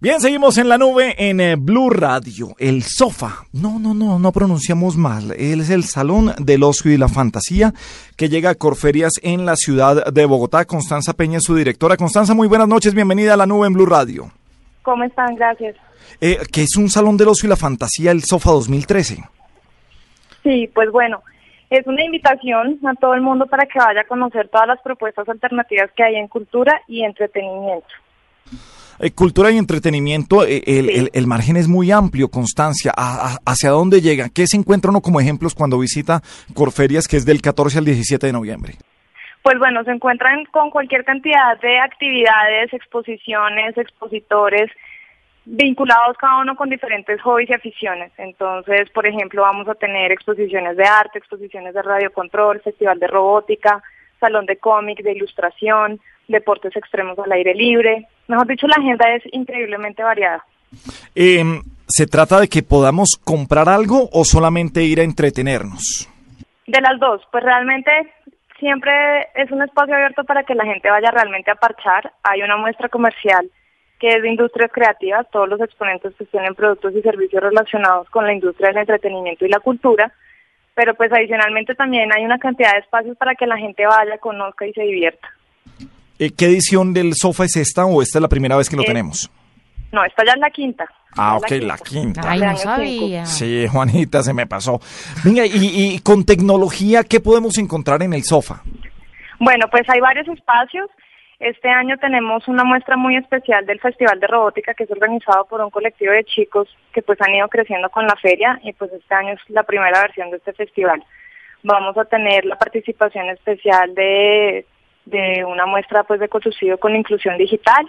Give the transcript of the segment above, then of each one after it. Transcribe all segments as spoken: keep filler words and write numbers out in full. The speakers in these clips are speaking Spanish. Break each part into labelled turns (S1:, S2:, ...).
S1: Bien, seguimos en la nube en eh, Blue Radio. El Sofá. No, no, no, no pronunciamos mal. Él es el Salón del Ocio y la Fantasía que llega a Corferias en la ciudad de Bogotá. Constanza Peña es su directora. Constanza, muy buenas noches. Bienvenida a la nube en Blue Radio.
S2: ¿Cómo están? Gracias.
S1: Eh, ¿Qué es un Salón del Ocio y la Fantasía, el Sofá dos mil trece?
S2: Sí, pues bueno, es una invitación a todo el mundo para que vaya a conocer todas las propuestas alternativas que hay en cultura y entretenimiento.
S1: Eh, cultura y entretenimiento, eh, el, sí. el, el margen es muy amplio, Constancia. ¿A, a, ¿Hacia dónde llega? ¿Qué se encuentra uno como ejemplos cuando visita Corferias, que es del catorce al diecisiete de noviembre?
S2: Pues bueno, se encuentran con cualquier cantidad de actividades, exposiciones, expositores, vinculados cada uno con diferentes hobbies y aficiones. Entonces, por ejemplo, vamos a tener exposiciones de arte, exposiciones de radiocontrol, festival de robótica, salón de cómic, de ilustración, deportes extremos al aire libre. Mejor dicho, la agenda es increíblemente variada.
S1: Eh, ¿Se trata de que podamos comprar algo o solamente ir a entretenernos?
S2: De las dos, pues realmente siempre es un espacio abierto para que la gente vaya realmente a parchar. Hay una muestra comercial que es de industrias creativas, todos los exponentes pues tienen productos y servicios relacionados con la industria del entretenimiento y la cultura, pero pues adicionalmente también hay una cantidad de espacios para que la gente vaya, conozca y se divierta.
S1: ¿Qué edición del Sofá es esta o esta es la primera vez que lo eh, tenemos?
S2: No, esta ya es la quinta.
S1: Ah, ok,
S2: la
S1: la quinta.
S3: Ay, no sabía.
S1: Sí, Juanita, se me pasó. Venga, y, y con tecnología, ¿qué podemos encontrar en el Sofá?
S2: Bueno, pues hay varios espacios. Este año tenemos una muestra muy especial del Festival de Robótica, que es organizado por un colectivo de chicos que pues han ido creciendo con la feria, y pues este año es la primera versión de este festival. Vamos a tener la participación especial de, de una muestra pues de cosubsidio con inclusión digital.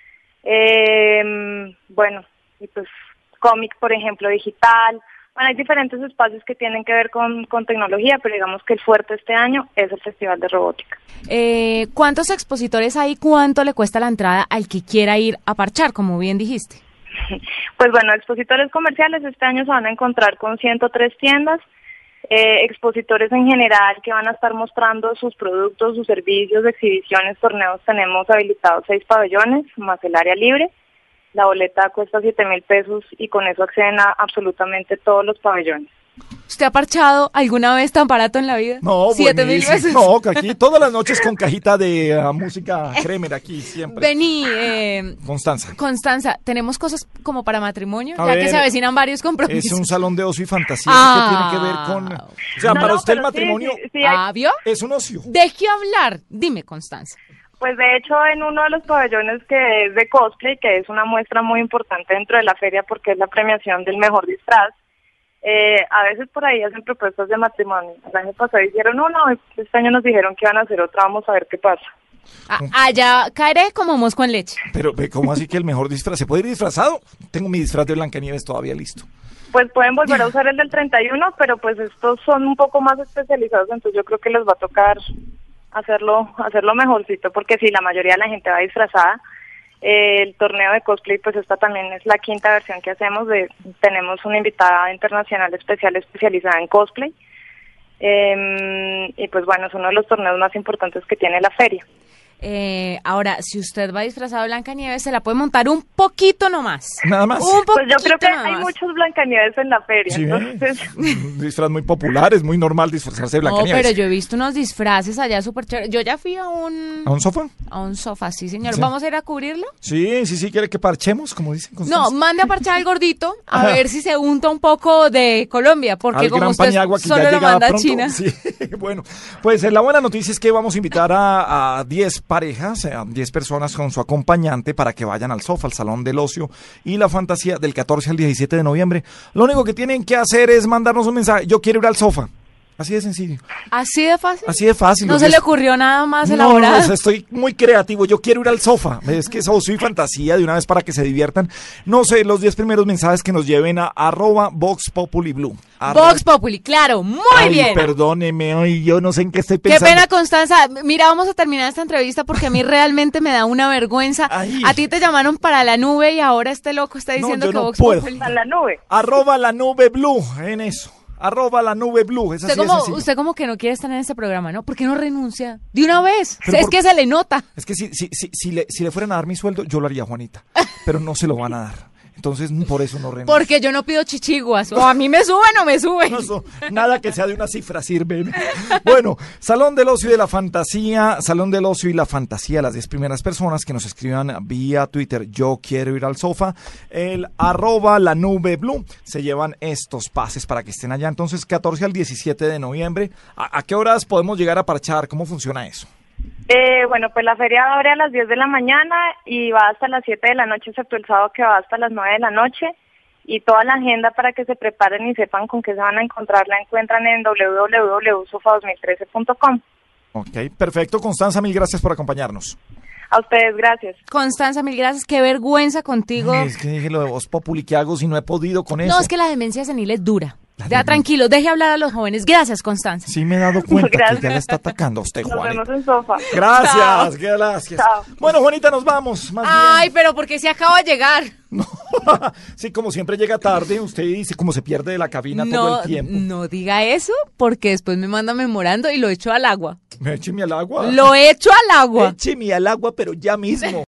S2: Eh, bueno, y pues cómic, por ejemplo, digital. Bueno, hay diferentes espacios que tienen que ver con, con tecnología, pero digamos que el fuerte este año es el Festival de Robótica.
S3: Eh, ¿Cuántos expositores hay? ¿Cuánto le cuesta la entrada al que quiera ir a parchar, como bien dijiste?
S2: Pues bueno, expositores comerciales este año se van a encontrar con ciento tres tiendas, eh, expositores en general que van a estar mostrando sus productos, sus servicios, exhibiciones, torneos. Tenemos habilitados seis pabellones, más el área libre. La boleta cuesta siete mil pesos y con eso acceden a absolutamente todos los pabellones.
S3: ¿Usted ha parchado alguna vez tan barato en la vida?
S1: No,
S3: ¿Siete mil pesos?
S1: No, aquí todas las noches con cajita de uh, música Kremer aquí siempre.
S3: Vení, eh,
S1: Constanza.
S3: Constanza, ¿tenemos cosas como para matrimonio?
S1: A
S3: ya
S1: ver,
S3: que se avecinan varios compromisos.
S1: Es un salón de ocio y fantasía.
S3: Ah.
S1: ¿Qué tiene que ver con...? O sea,
S2: no,
S1: para
S2: no,
S1: usted el
S2: pero
S1: matrimonio
S2: sí, sí, sí, hay...
S3: ¿Ah, vio?
S1: es un ocio.
S3: Deje hablar. Dime, Constanza.
S2: Pues de hecho en uno de los pabellones que es de cosplay, que es una muestra muy importante dentro de la feria porque es la premiación del mejor disfraz, eh, a veces por ahí hacen propuestas de matrimonio. El año pasado hicieron uno, este año nos dijeron que iban a hacer otra, vamos a ver qué pasa.
S3: Ah, allá caeré como mosco en leche.
S1: Pero, ¿cómo así que el mejor disfraz? ¿Se puede ir disfrazado? Tengo mi disfraz de Blancanieves todavía listo.
S2: Pues pueden volver a usar el del treinta y uno, pero pues estos son un poco más especializados, entonces yo creo que les va a tocar hacerlo hacerlo mejorcito, porque sí, la mayoría de la gente va disfrazada. Eh, el torneo de cosplay, pues esta también es la quinta versión que hacemos. De, tenemos una invitada internacional especial especializada en cosplay. Eh, y pues bueno, es uno de los torneos más importantes que tiene la feria.
S3: Eh, ahora, si usted va disfrazado de Blancanieves, se la puede montar un poquito nomás.
S1: Nada más.
S3: Un
S2: Pues yo creo que
S3: nada
S2: hay
S3: más.
S2: muchos Blancanieves en la feria.
S1: Sí,
S2: entonces...
S1: un disfraz muy popular, es muy normal disfrazarse de
S3: No,
S1: Blancanieves.
S3: pero yo he visto unos disfraces allá súper chéveres. Yo ya fui a un...
S1: ¿A un sofá?
S3: A un sofá, sí, señor.
S1: Sí.
S3: ¿Vamos a ir a cubrirlo?
S1: Sí, sí, sí, quiere que parchemos, como dicen.
S3: No, mande a parchar al gordito a
S1: Ajá.
S3: ver si se unta un poco de Colombia, porque
S1: Al
S3: como
S1: gran
S3: usted
S1: Paniagua que
S3: solo
S1: ya
S3: lo
S1: llega
S3: manda a
S1: pronto.
S3: China.
S1: Sí, bueno, pues eh, la buena noticia es que vamos a invitar a, a diez parejas, a diez personas con su acompañante para que vayan al Sofá, al Salón del Ocio y la Fantasía del catorce al diecisiete de noviembre. Lo único que tienen que hacer es mandarnos un mensaje: yo quiero ir al Sofá. Así de sencillo.
S3: ¿Así de fácil?
S1: Así de fácil.
S3: ¿No
S1: Los
S3: se le
S1: diez-
S3: ocurrió nada más
S1: No,
S3: elaborado?
S1: no, estoy muy creativo. Yo quiero ir al Sofá. Es que es ocio y fantasía de una vez para que se diviertan. No sé, los diez primeros mensajes que nos lleven a arroba Vox Populi Blue. Arroba-
S3: Vox Populi, claro, muy
S1: Ay,
S3: bien.
S1: perdóneme, ay, yo no sé en qué estoy
S3: Qué
S1: pensando.
S3: pena, Constanza. Mira, vamos a terminar esta entrevista porque a mí realmente me da una vergüenza.
S1: Ay.
S3: A ti te llamaron para la nube y ahora este loco está
S1: No,
S3: diciendo
S1: yo
S3: que
S1: no
S3: Vox
S1: puedo.
S3: Populi.
S2: A la nube.
S1: Arroba la nube blue, en eso. arroba la nube blue. Es
S3: usted,
S1: así de
S3: como,
S1: sencillo.
S3: usted como que no quiere estar en este programa, ¿no? ¿Por qué no renuncia? De una vez.
S1: Pero
S3: Es
S1: por-
S3: que se le nota.
S1: Es que si, si, si, si, le, si le fueran a dar mi sueldo, yo lo haría, Juanita. Pero no se lo van a dar. Entonces, por eso no renuncio.
S3: Porque yo no pido chichiguas. O a mí me suben o me suben.
S1: No, eso, nada que sea de una cifra sirve. Bueno, Salón del Ocio y de la Fantasía, Salón del Ocio y la Fantasía, las diez primeras personas que nos escriban vía Twitter, yo quiero ir al sofá, el arroba la nube blue, se llevan estos pases para que estén allá. Entonces, catorce al diecisiete de noviembre, ¿a, a qué horas podemos llegar a parchar? ¿Cómo funciona eso?
S2: Eh, bueno, pues la feria abre a las diez de la mañana y va hasta las siete de la noche, excepto el sábado que va hasta las nueve de la noche. Y toda la agenda para que se preparen y sepan con qué se van a encontrar la encuentran en w w w punto sofa dos mil trece punto com.
S1: Ok, perfecto. Constanza, mil gracias por acompañarnos.
S2: A ustedes, gracias.
S3: Constanza, mil gracias. Qué vergüenza contigo.
S1: Ay, es que dije lo de Voz Populi, ¿qué hago si no he podido con eso?
S3: No, es que la demencia senil es dura.
S1: La
S3: Ya,
S1: demencia.
S3: tranquilo, deje hablar a los jóvenes. Gracias, Constanza.
S1: Sí me he dado cuenta que
S2: Gracias.
S1: ya le está atacando a usted,
S2: Nos
S1: Juanita.
S2: vemos en Sofa.
S1: Gracias,
S3: Chao.
S1: gracias.
S2: Chao.
S1: Bueno, Juanita, nos vamos. Más
S3: Ay,
S1: bien.
S3: pero porque se acaba de llegar.
S1: No. Sí, como siempre llega tarde, usted dice como se pierde de la cabina todo
S3: No,
S1: el tiempo.
S3: no diga eso, porque después me manda memorando y lo echo al agua.
S1: Écheme al agua.
S3: Lo echo al agua.
S1: Écheme al agua, pero ya mismo.